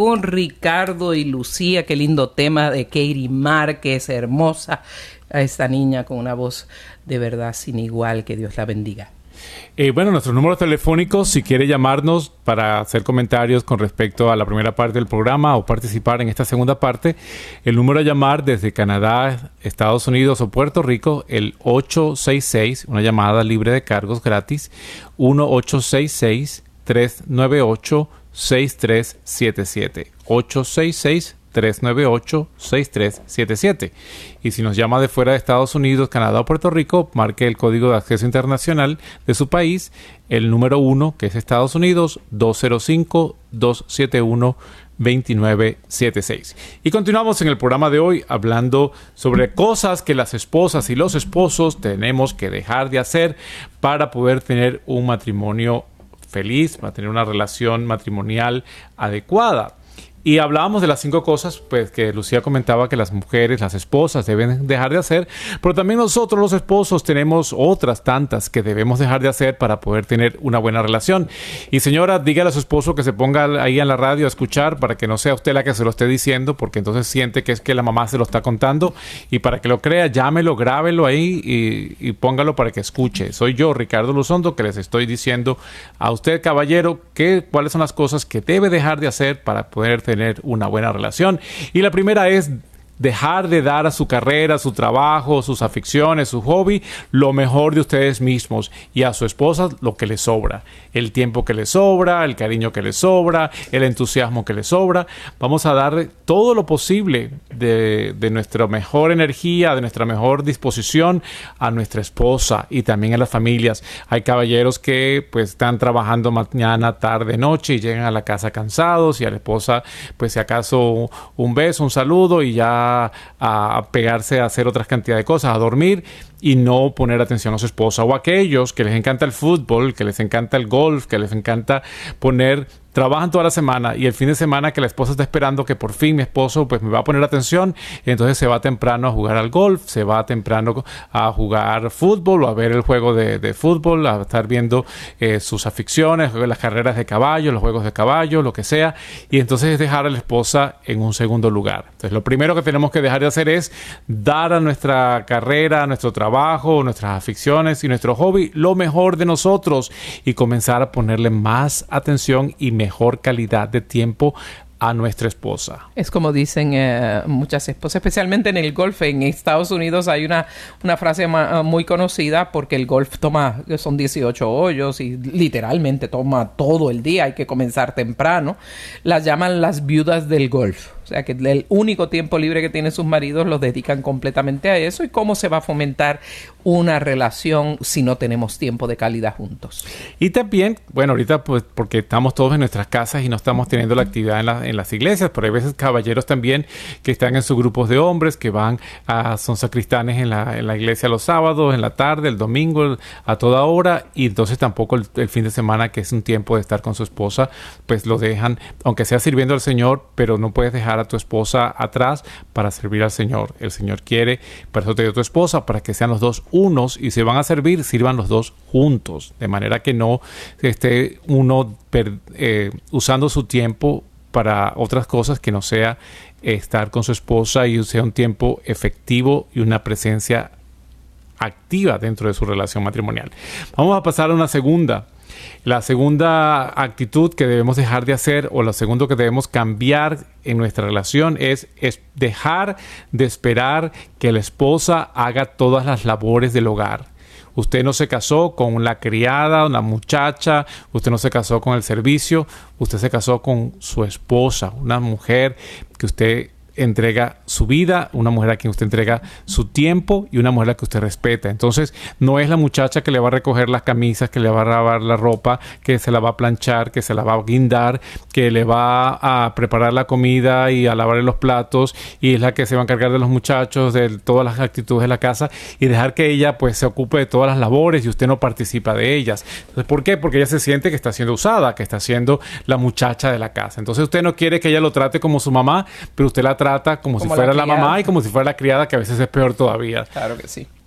con Ricardo y Lucía. Qué lindo tema de Katie Márquez, hermosa. A esta niña con una voz de verdad sin igual. Que Dios la bendiga. Eh, bueno, nuestros números telefónicos, si quiere llamarnos para hacer comentarios con respecto a la primera parte del programa o participar en esta segunda parte, el número a llamar desde Canadá, Estados Unidos o Puerto Rico, el ocho seis seis, una llamada libre de cargos gratis, uno ocho seis seis, tres nueve ocho, seis tres siete siete, ocho seis seis, tres nueve ocho, seis tres siete siete. Y si nos llama de fuera de Estados Unidos, Canadá o Puerto Rico, marque el código de acceso internacional de su país, el número uno, que es Estados Unidos, dos cero cinco, dos siete uno, dos nueve siete seis. Y continuamos en el programa de hoy hablando sobre cosas que las esposas y los esposos tenemos que dejar de hacer para poder tener un matrimonio feliz, para tener una relación matrimonial adecuada. Y hablábamos de las cinco cosas pues que Lucía comentaba que las mujeres, las esposas deben dejar de hacer, pero también nosotros los esposos tenemos otras tantas que debemos dejar de hacer para poder tener una buena relación. Y señora, dígale a su esposo que se ponga ahí en la radio a escuchar para que no sea usted la que se lo esté diciendo, porque entonces siente que es que la mamá se lo está contando, y para que lo crea, llámelo, grábelo ahí y, y póngalo para que escuche. Soy yo, Ricardo Luzondo, que les estoy diciendo a usted, caballero, que cuáles son las cosas que debe dejar de hacer para poder tener tener una buena relación. Y la primera es dejar de dar a su carrera, a su trabajo, sus aficiones, su hobby, lo mejor de ustedes mismos, y a su esposa lo que le sobra. El tiempo que le sobra, el cariño que le sobra, el entusiasmo que le sobra. Vamos a dar todo lo posible de, de nuestra mejor energía, de nuestra mejor disposición a nuestra esposa y también a las familias. Hay caballeros que pues están trabajando mañana, tarde, noche y llegan a la casa cansados, y a la esposa pues si acaso un beso, un saludo y ya a pegarse a hacer otras cantidad de cosas, a dormir y no poner atención a su esposa. O aquellos que les encanta el fútbol, que les encanta el golf, que les encanta poner, trabajan toda la semana y el fin de semana que la esposa está esperando que por fin mi esposo pues me va a poner atención, y entonces se va temprano a jugar al golf, se va temprano a jugar fútbol o a ver el juego de, de fútbol, a estar viendo eh, sus aficiones, las carreras de caballo, los juegos de caballo, lo que sea, y entonces es dejar a la esposa en un segundo lugar. Entonces lo primero que tenemos que dejar de hacer es dar a nuestra carrera, a nuestro trabajo, nuestras aficiones y nuestro hobby lo mejor de nosotros, y comenzar a ponerle más atención y mejor calidad de tiempo a nuestra esposa. Es como dicen eh, muchas esposas, especialmente en el golf. En Estados Unidos hay una, una frase ma- muy conocida, porque el golf toma, son dieciocho hoyos y literalmente toma todo el día, hay que comenzar temprano. Las llaman las viudas del golf. O sea, que el único tiempo libre que tienen sus maridos los dedican completamente a eso. ¿Y cómo se va a fomentar una relación si no tenemos tiempo de calidad juntos? Y también, bueno, ahorita pues porque estamos todos en nuestras casas y no estamos teniendo la actividad en, la, en las iglesias, pero hay veces caballeros también que están en sus grupos de hombres, que van a, son sacristanes en la, en la iglesia los sábados, en la tarde, el domingo, a toda hora, y entonces tampoco el, el fin de semana, que es un tiempo de estar con su esposa, pues lo dejan, aunque sea sirviendo al Señor, pero no puedes dejar a tu esposa atrás para servir al Señor. El Señor quiere, por eso te dio tu esposa, para que sean los dos unos, y si van a servir, sirvan los dos juntos, de manera que no esté uno per, eh, usando su tiempo para otras cosas que no sea estar con su esposa, y sea un tiempo efectivo y una presencia activa dentro de su relación matrimonial. Vamos a pasar a una segunda. La segunda actitud que debemos dejar de hacer, o lo segundo que debemos cambiar en nuestra relación, es, es dejar de esperar que la esposa haga todas las labores del hogar. Usted no se casó con la criada, una muchacha, usted no se casó con el servicio, usted se casó con su esposa, una mujer que usted entrega su vida, una mujer a quien usted entrega su tiempo, y una mujer a la que usted respeta. Entonces no es la muchacha que le va a recoger las camisas, que le va a lavar la ropa, que se la va a planchar, que se la va a guindar, que le va a preparar la comida y a lavar los platos, y es la que se va a encargar de los muchachos, de todas las actitudes de la casa, y dejar que ella pues se ocupe de todas las labores y usted no participa de ellas. Entonces, ¿por qué? Porque ella se siente que está siendo usada, que está siendo la muchacha de la casa. Entonces usted no quiere que ella lo trate como su mamá, pero usted la trata como, como si fuera la, la mamá, y como si fuera la criada, que a veces es peor todavía. Claro que sí.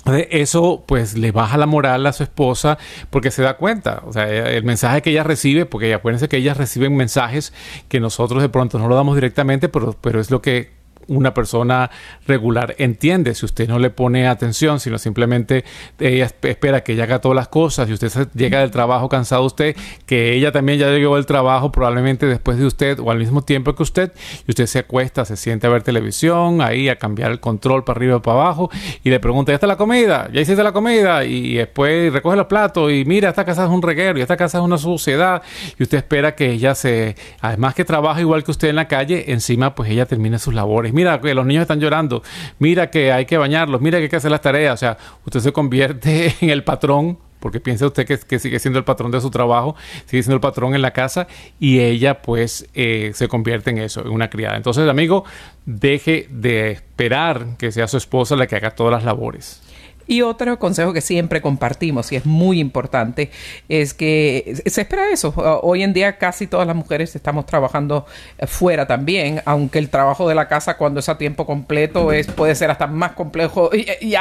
Eso pues le baja la moral a su esposa porque se da cuenta, o sea, el mensaje que ella recibe, porque acuérdense que ellas reciben mensajes que nosotros de pronto no lo damos directamente, pero, pero es lo que una persona regular entiende. Si usted no le pone atención, sino simplemente ella espera que ella haga todas las cosas, y usted se llega del trabajo cansado usted, que ella también ya llegó del trabajo probablemente después de usted o al mismo tiempo que usted, y usted se acuesta, se siente a ver televisión, ahí a cambiar el control para arriba y para abajo, y le pregunta, ¿ya está la comida? ¿Ya hiciste la comida? Y después recoge los platos y mira, esta casa es un reguero y esta casa es una suciedad, y usted espera que ella se, además que trabaja igual que usted en la calle, encima pues ella termine sus labores. Mira que los niños están llorando, mira que hay que bañarlos, mira que hay que hacer las tareas. O sea, usted se convierte en el patrón, porque piensa usted que, que sigue siendo el patrón de su trabajo, sigue siendo el patrón en la casa, y ella pues eh, se convierte en eso, en una criada. Entonces, amigo, deje de esperar que sea su esposa la que haga todas las labores. Y otro consejo que siempre compartimos y es muy importante es que se espera eso. Hoy en día casi todas las mujeres estamos trabajando fuera también, aunque el trabajo de la casa cuando es a tiempo completo es, puede ser hasta más complejo y, y,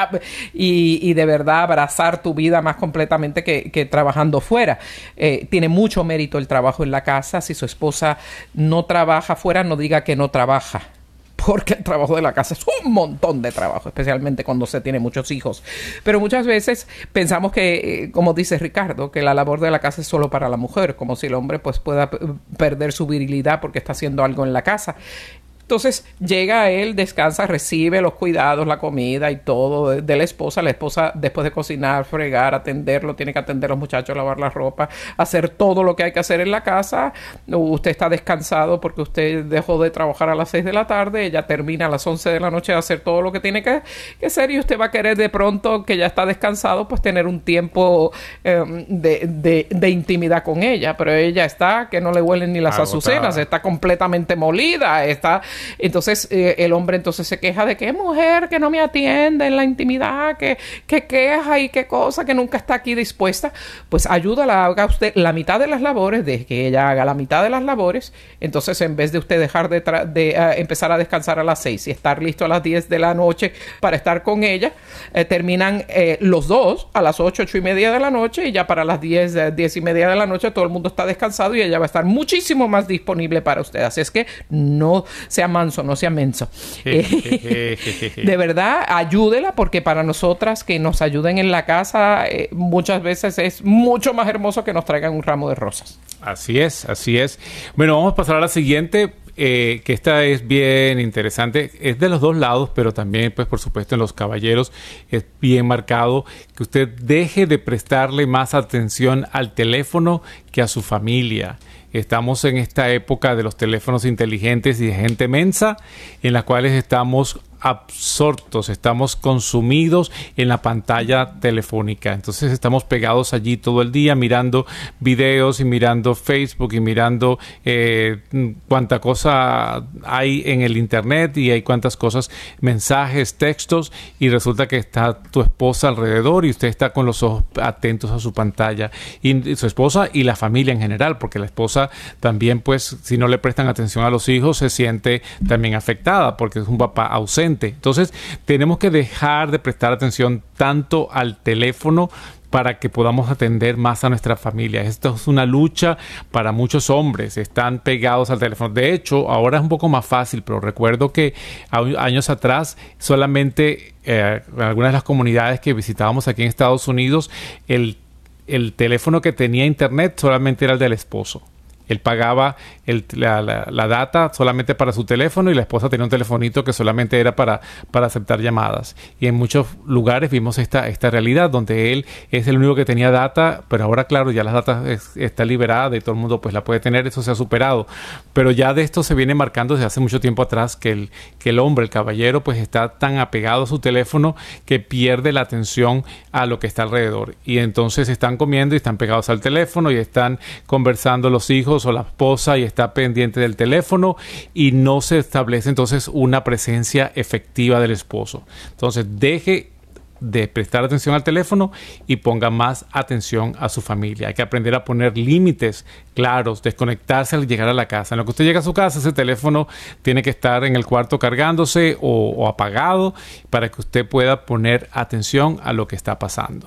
y, y de verdad abrazar tu vida más completamente que, que trabajando fuera. Eh, tiene mucho mérito el trabajo en la casa. Si su esposa no trabaja fuera, no diga que no trabaja, porque el trabajo de la casa es un montón de trabajo, especialmente cuando se tiene muchos hijos. Pero muchas veces pensamos que, como dice Ricardo, que la labor de la casa es solo para la mujer, como si el hombre pues pueda p- perder su virilidad porque está haciendo algo en la casa. Entonces llega él, descansa, recibe los cuidados, la comida y todo de, de la esposa. La esposa, después de cocinar, fregar, atenderlo, tiene que atender a los muchachos, lavar la ropa, hacer todo lo que hay que hacer en la casa. Usted está descansado porque usted dejó de trabajar a las seis de la tarde, ella termina a las once de la noche de hacer todo lo que tiene que, que hacer, y usted va a querer de pronto, que ya está descansado, pues tener un tiempo eh, de, de, de intimidad con ella. Pero ella está, que no le huelen ni las agotada, azucenas, está completamente molida, está... Entonces eh, el hombre entonces se queja de que es mujer, que no me atiende en la intimidad, que, que queja y qué cosa, que nunca está aquí dispuesta. Pues ayúdala, haga usted la mitad de las labores, de que ella haga la mitad de las labores. Entonces, en vez de usted dejar de, tra- de uh, empezar a descansar a las seis y estar listo a las diez de la noche para estar con ella, eh, terminan eh, los dos a las ocho, ocho y media de la noche, y ya para las diez, eh, diez y media de la noche todo el mundo está descansado y ella va a estar muchísimo más disponible para usted. Así es que no sea manso, no sea menso. De verdad, ayúdela, porque para nosotras que nos ayuden en la casa, eh, muchas veces es mucho más hermoso que nos traigan un ramo de rosas. Así es, así es. Bueno, vamos a pasar a la siguiente, eh, que esta es bien interesante. Es de los dos lados, pero también, pues, por supuesto, en los caballeros es bien marcado que usted deje de prestarle más atención al teléfono que a su familia. Estamos en esta época de los teléfonos inteligentes y de gente mensa, en las cuales estamos absortos, estamos consumidos en la pantalla telefónica. Entonces estamos pegados allí todo el día mirando videos y mirando Facebook y mirando eh, cuánta cosa hay en el internet, y hay cuántas cosas, mensajes, textos, y resulta que está tu esposa alrededor y usted está con los ojos atentos a su pantalla, y su esposa y la familia en general, porque la esposa también, pues, si no le prestan atención a los hijos, se siente también afectada porque es un papá ausente. Entonces tenemos que dejar de prestar atención tanto al teléfono para que podamos atender más a nuestra familia. Esto es una lucha para muchos hombres, están pegados al teléfono. De hecho, ahora es un poco más fácil, pero recuerdo que años atrás solamente eh, en algunas de las comunidades que visitábamos aquí en Estados Unidos, el, el teléfono que tenía internet solamente era el del esposo. Él pagaba el, la, la, la data solamente para su teléfono, y la esposa tenía un telefonito que solamente era para, para aceptar llamadas. Y en muchos lugares vimos esta, esta realidad donde él es el único que tenía data, pero ahora, claro, ya la data es, está liberada y todo el mundo pues la puede tener. Eso se ha superado. Pero ya de esto se viene marcando desde hace mucho tiempo atrás, que el, que el hombre, el caballero, pues está tan apegado a su teléfono que pierde la atención a lo que está alrededor. Y entonces están comiendo y están pegados al teléfono, y están conversando los hijos o la esposa y está pendiente del teléfono, y no se establece entonces una presencia efectiva del esposo. Entonces deje de prestar atención al teléfono y ponga más atención a su familia. Hay que aprender a poner límites claros, desconectarse al llegar a la casa. En lo que usted llega a su casa, ese teléfono tiene que estar en el cuarto cargándose o, o apagado para que usted pueda poner atención a lo que está pasando.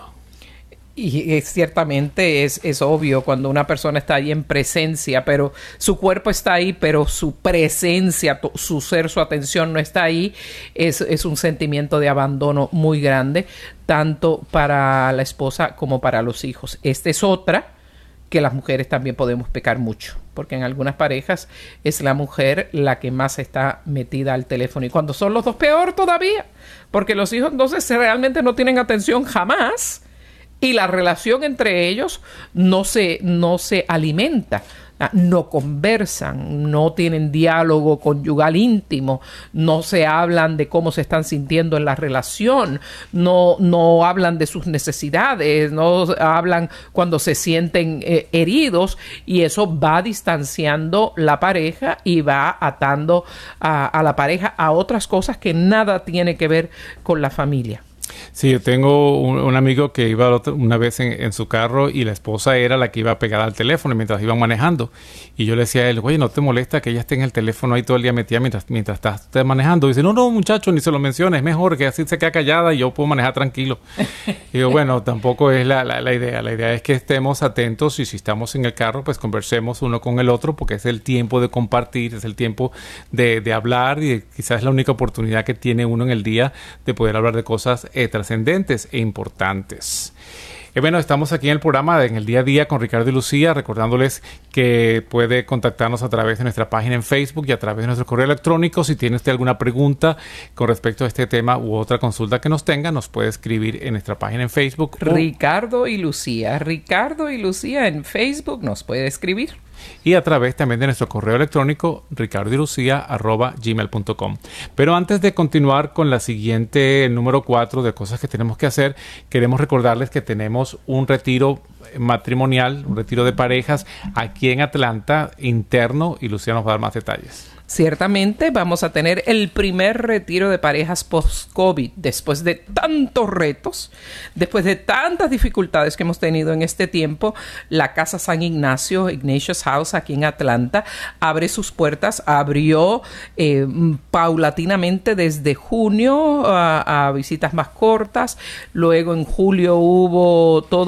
Y es, ciertamente es, es obvio cuando una persona está ahí en presencia, pero su cuerpo está ahí, pero su presencia, to, su ser, su atención no está ahí. Es, es un sentimiento de abandono muy grande, tanto para la esposa como para los hijos. Esta es otra que las mujeres también podemos pecar mucho, porque en algunas parejas es la mujer la que más está metida al teléfono. Y cuando son los dos, peor todavía, porque los hijos entonces realmente no tienen atención jamás. Y la relación entre ellos no se, no se alimenta, no conversan, no tienen diálogo conyugal íntimo, no se hablan de cómo se están sintiendo en la relación, no, no hablan de sus necesidades, no hablan cuando se sienten eh, heridos, y eso va distanciando la pareja y va atando a, a la pareja a otras cosas que nada tiene que ver con la familia. Sí, yo tengo un, un amigo que iba otro, una vez en, en su carro y la esposa era la que iba pegada al teléfono mientras iban manejando. Y yo le decía a él, oye, ¿no te molesta que ella esté en el teléfono ahí todo el día metida mientras, mientras estás manejando? Y dice, no, no, muchacho, ni se lo menciones, es mejor que así se quede callada y yo puedo manejar tranquilo. Y yo, bueno, tampoco es la, la, la idea. La idea es que estemos atentos y si estamos en el carro, pues conversemos uno con el otro porque es el tiempo de compartir, es el tiempo de, de hablar y quizás es la única oportunidad que tiene uno en el día de poder hablar de cosas eh, trascendentes e importantes. Eh, bueno, estamos aquí en el programa en el día a día con Ricardo y Lucía, recordándoles que puede contactarnos a través de nuestra página en Facebook y a través de nuestro correo electrónico. Si tiene usted alguna pregunta con respecto a este tema u otra consulta que nos tenga, nos puede escribir en nuestra página en Facebook. Ricardo y Lucía. Ricardo y Lucía en Facebook nos puede escribir. Y a través también de nuestro correo electrónico ricardoylucia arroba gmail punto com. Pero antes de continuar con la siguiente, el número cuatro de cosas que tenemos que hacer, queremos recordarles que tenemos un retiro matrimonial, un retiro de parejas aquí en Atlanta, interno, y Lucía nos va a dar más detalles. Ciertamente vamos a tener el primer retiro de parejas post-COVID, después de tantos retos, después de tantas dificultades que hemos tenido en este tiempo. La Casa San Ignacio, Ignatius House, aquí en Atlanta, abre sus puertas, abrió eh, paulatinamente desde junio a, a visitas más cortas. Luego en julio hubo toda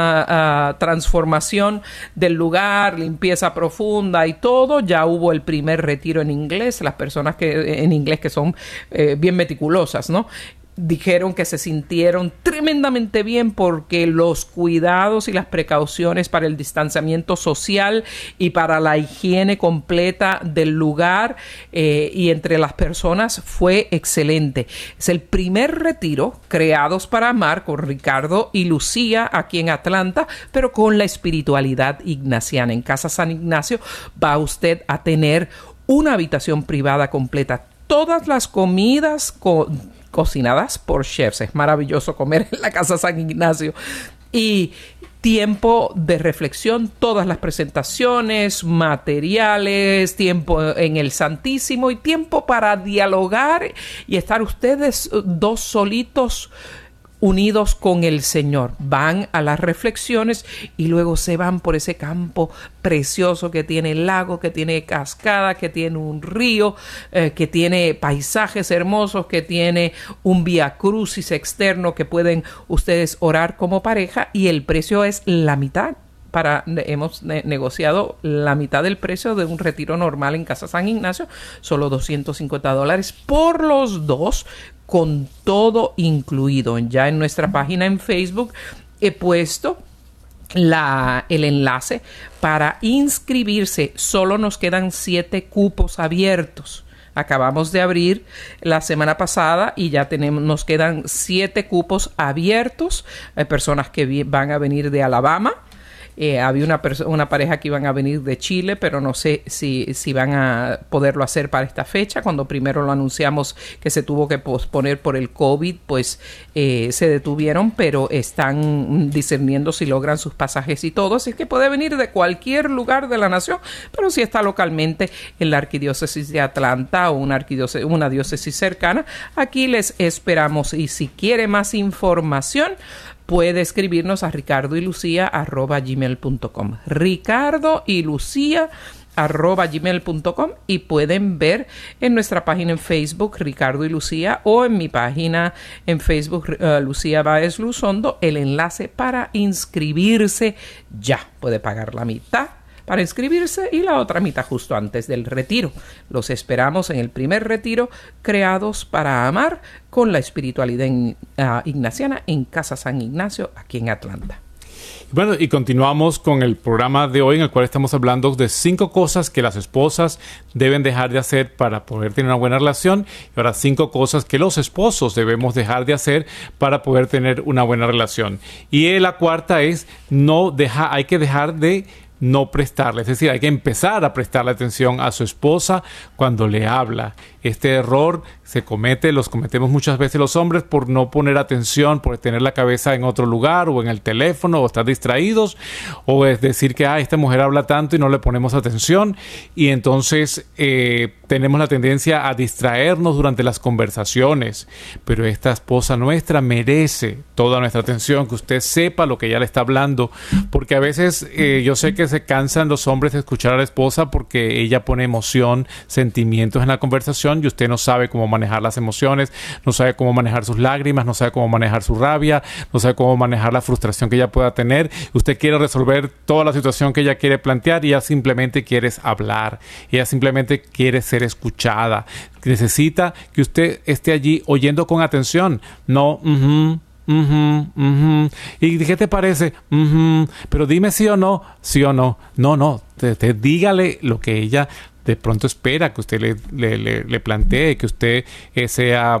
una uh, transformación del lugar, limpieza profunda y todo. Ya hubo el primer retiro en inglés, las personas que en inglés que son eh, bien meticulosas, ¿no? Dijeron que se sintieron tremendamente bien porque los cuidados y las precauciones para el distanciamiento social y para la higiene completa del lugar eh, y entre las personas fue excelente. Es el primer retiro creados para amar con Ricardo y Lucía aquí en Atlanta, pero con la espiritualidad ignaciana. En Casa San Ignacio va usted a tener una habitación privada completa, todas las comidas con cocinadas por chefs. Es maravilloso comer en la Casa San Ignacio. Y tiempo de reflexión, todas las presentaciones, materiales, tiempo en el Santísimo y tiempo para dialogar y estar ustedes dos solitos unidos con el Señor. Van a las reflexiones y luego se van por ese campo precioso que tiene lago, que tiene cascada, que tiene un río, eh, que tiene paisajes hermosos, que tiene un vía crucis externo que pueden ustedes orar como pareja, y el precio es la mitad. Para, hemos ne- negociado la mitad del precio de un retiro normal en Casa San Ignacio, solo doscientos cincuenta dólares por los dos, con todo incluido. Ya en nuestra página en Facebook he puesto la, el enlace para inscribirse. Solo nos quedan siete cupos abiertos. Acabamos de abrir la semana pasada y ya tenemos, nos quedan siete cupos abiertos. Hay personas que vi- van a venir de Alabama, Eh, había una, una pareja que iban a venir de Chile, pero no sé si, si van a poderlo hacer para esta fecha. Cuando primero lo anunciamos que se tuvo que posponer por el COVID, pues eh, se detuvieron, pero están discerniendo si logran sus pasajes y todo. Así que puede venir de cualquier lugar de la nación, pero si está localmente en la arquidiócesis de Atlanta o una, arquidiócesis, una diócesis cercana, aquí les esperamos. Y si quiere más información, puede escribirnos a ricardo y lucía arroba gmail punto com. Ricardo y Lucía arroba gmail punto com, y pueden ver en nuestra página en Facebook Ricardo y Lucía, o en mi página en Facebook uh, Lucía Báez Luzondo, el enlace para inscribirse ya. Puede pagar la mitad para inscribirse y la otra mitad justo antes del retiro. Los esperamos en el primer retiro Creados para Amar, con la espiritualidad in, uh, ignaciana en Casa San Ignacio, aquí en Atlanta. Bueno, y continuamos con el programa de hoy, en el cual estamos hablando de cinco cosas que las esposas deben dejar de hacer para poder tener una buena relación, y ahora cinco cosas que los esposos debemos dejar de hacer para poder tener una buena relación. Y la cuarta es, no deja, hay que dejar de no prestarle, es decir, hay que empezar a prestarle atención a su esposa cuando le habla. Este error se comete, los cometemos muchas veces los hombres por no poner atención, por tener la cabeza en otro lugar o en el teléfono o estar distraídos, o es decir que ah, esta mujer habla tanto y no le ponemos atención, y entonces eh, tenemos la tendencia a distraernos durante las conversaciones. Pero esta esposa nuestra merece toda nuestra atención, que usted sepa lo que ella le está hablando, porque a veces eh, yo sé que se cansan los hombres de escuchar a la esposa porque ella pone emoción, sentimientos en la conversación, y usted no sabe cómo manejar las emociones, no sabe cómo manejar sus lágrimas, no sabe cómo manejar su rabia, no sabe cómo manejar la frustración que ella pueda tener. Usted quiere resolver toda la situación que ella quiere plantear, y ella simplemente quiere hablar, ella simplemente quiere ser escuchada. Necesita que usted esté allí oyendo con atención, no uh-huh, Uh-huh, uh-huh. ¿Y qué te parece? Uh-huh. Pero dime sí o no, sí o no. No, no, te, te, dígale lo que ella de pronto espera que usted le, le, le, le plantee, que usted eh, sea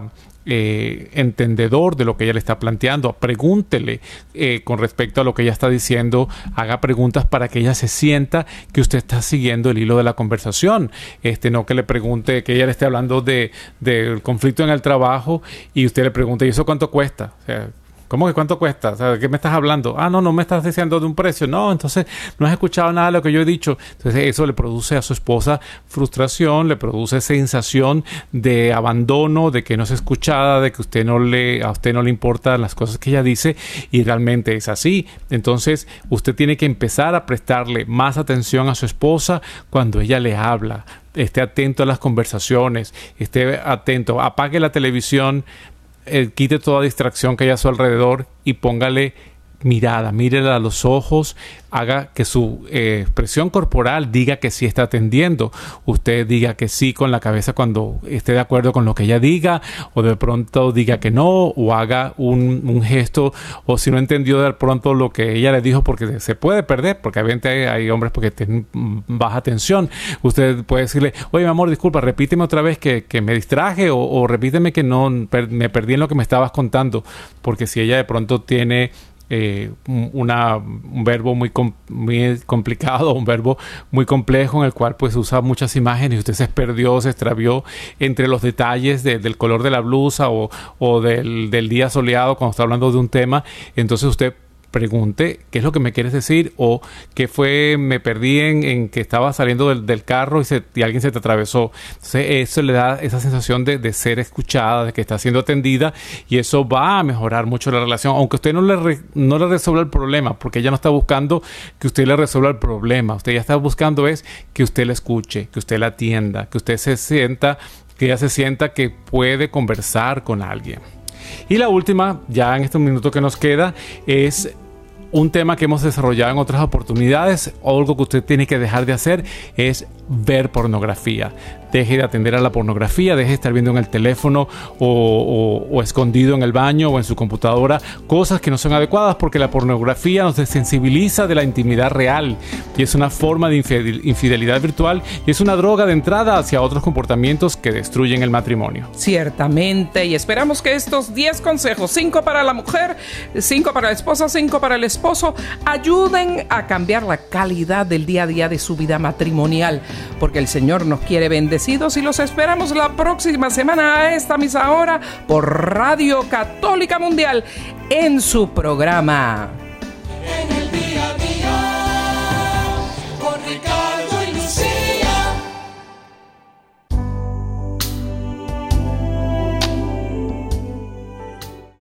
eh, entendedor de lo que ella le está planteando. Pregúntele eh, con respecto a lo que ella está diciendo, haga preguntas para que ella se sienta que usted está siguiendo el hilo de la conversación. Este, no que le pregunte, que ella le esté hablando de del conflicto en el trabajo y usted le pregunte, ¿y eso cuánto cuesta? O sea, ¿cómo que cuánto cuesta? O sea, ¿de qué me estás hablando? Ah, no, no me estás diciendo de un precio. No, entonces no has escuchado nada de lo que yo he dicho. Entonces eso le produce a su esposa frustración, le produce sensación de abandono, de que no es escuchada, de que usted no le, a usted no le importan las cosas que ella dice, y realmente es así. Entonces usted tiene que empezar a prestarle más atención a su esposa cuando ella le habla. Esté atento a las conversaciones, esté atento, apague la televisión, Eh, quite toda distracción que haya a su alrededor y póngale mirada, mírela a los ojos, haga que su eh, expresión corporal diga que sí está atendiendo. Usted diga que sí con la cabeza cuando esté de acuerdo con lo que ella diga, o de pronto diga que no, o haga un, un gesto, o si no entendió de pronto lo que ella le dijo, porque se puede perder, porque a veces hay, hay hombres porque tienen baja tensión. Usted puede decirle, oye mi amor, disculpa, repíteme otra vez que, que me distraje, o, o repíteme que no per, me perdí en lo que me estabas contando, porque si ella de pronto tiene Eh, una, un verbo muy, com, muy complicado, un verbo muy complejo en el cual pues usa muchas imágenes y usted se perdió, se extravió entre los detalles de, del color de la blusa o, o del, del día soleado cuando está hablando de un tema, entonces usted pregunte qué es lo que me quieres decir, o qué fue, me perdí en, en que estaba saliendo del, del carro y, se, y alguien se te atravesó. Entonces eso le da esa sensación de, de ser escuchada, de que está siendo atendida, y eso va a mejorar mucho la relación, aunque usted no le, re, no le resuelva el problema, porque ella no está buscando que usted le resuelva el problema. Usted ya está buscando es que usted la escuche, que usted la atienda, que usted se sienta, que ella se sienta que puede conversar con alguien. Y la última, ya en este minuto que nos queda, es un tema que hemos desarrollado en otras oportunidades. Algo que usted tiene que dejar de hacer es ver pornografía. Deje de atender a la pornografía, deje de estar viendo en el teléfono o, o, o escondido en el baño o en su computadora cosas que no son adecuadas, porque la pornografía nos desensibiliza de la intimidad real y es una forma de infidelidad virtual, y es una droga de entrada hacia otros comportamientos que destruyen el matrimonio. Ciertamente, y esperamos que estos diez consejos, cinco para la mujer, cinco para la esposa, cinco para el esposo, esposo, ayuden a cambiar la calidad del día a día de su vida matrimonial, porque el Señor nos quiere bendecidos y los esperamos la próxima semana a esta misma hora por Radio Católica Mundial en su programa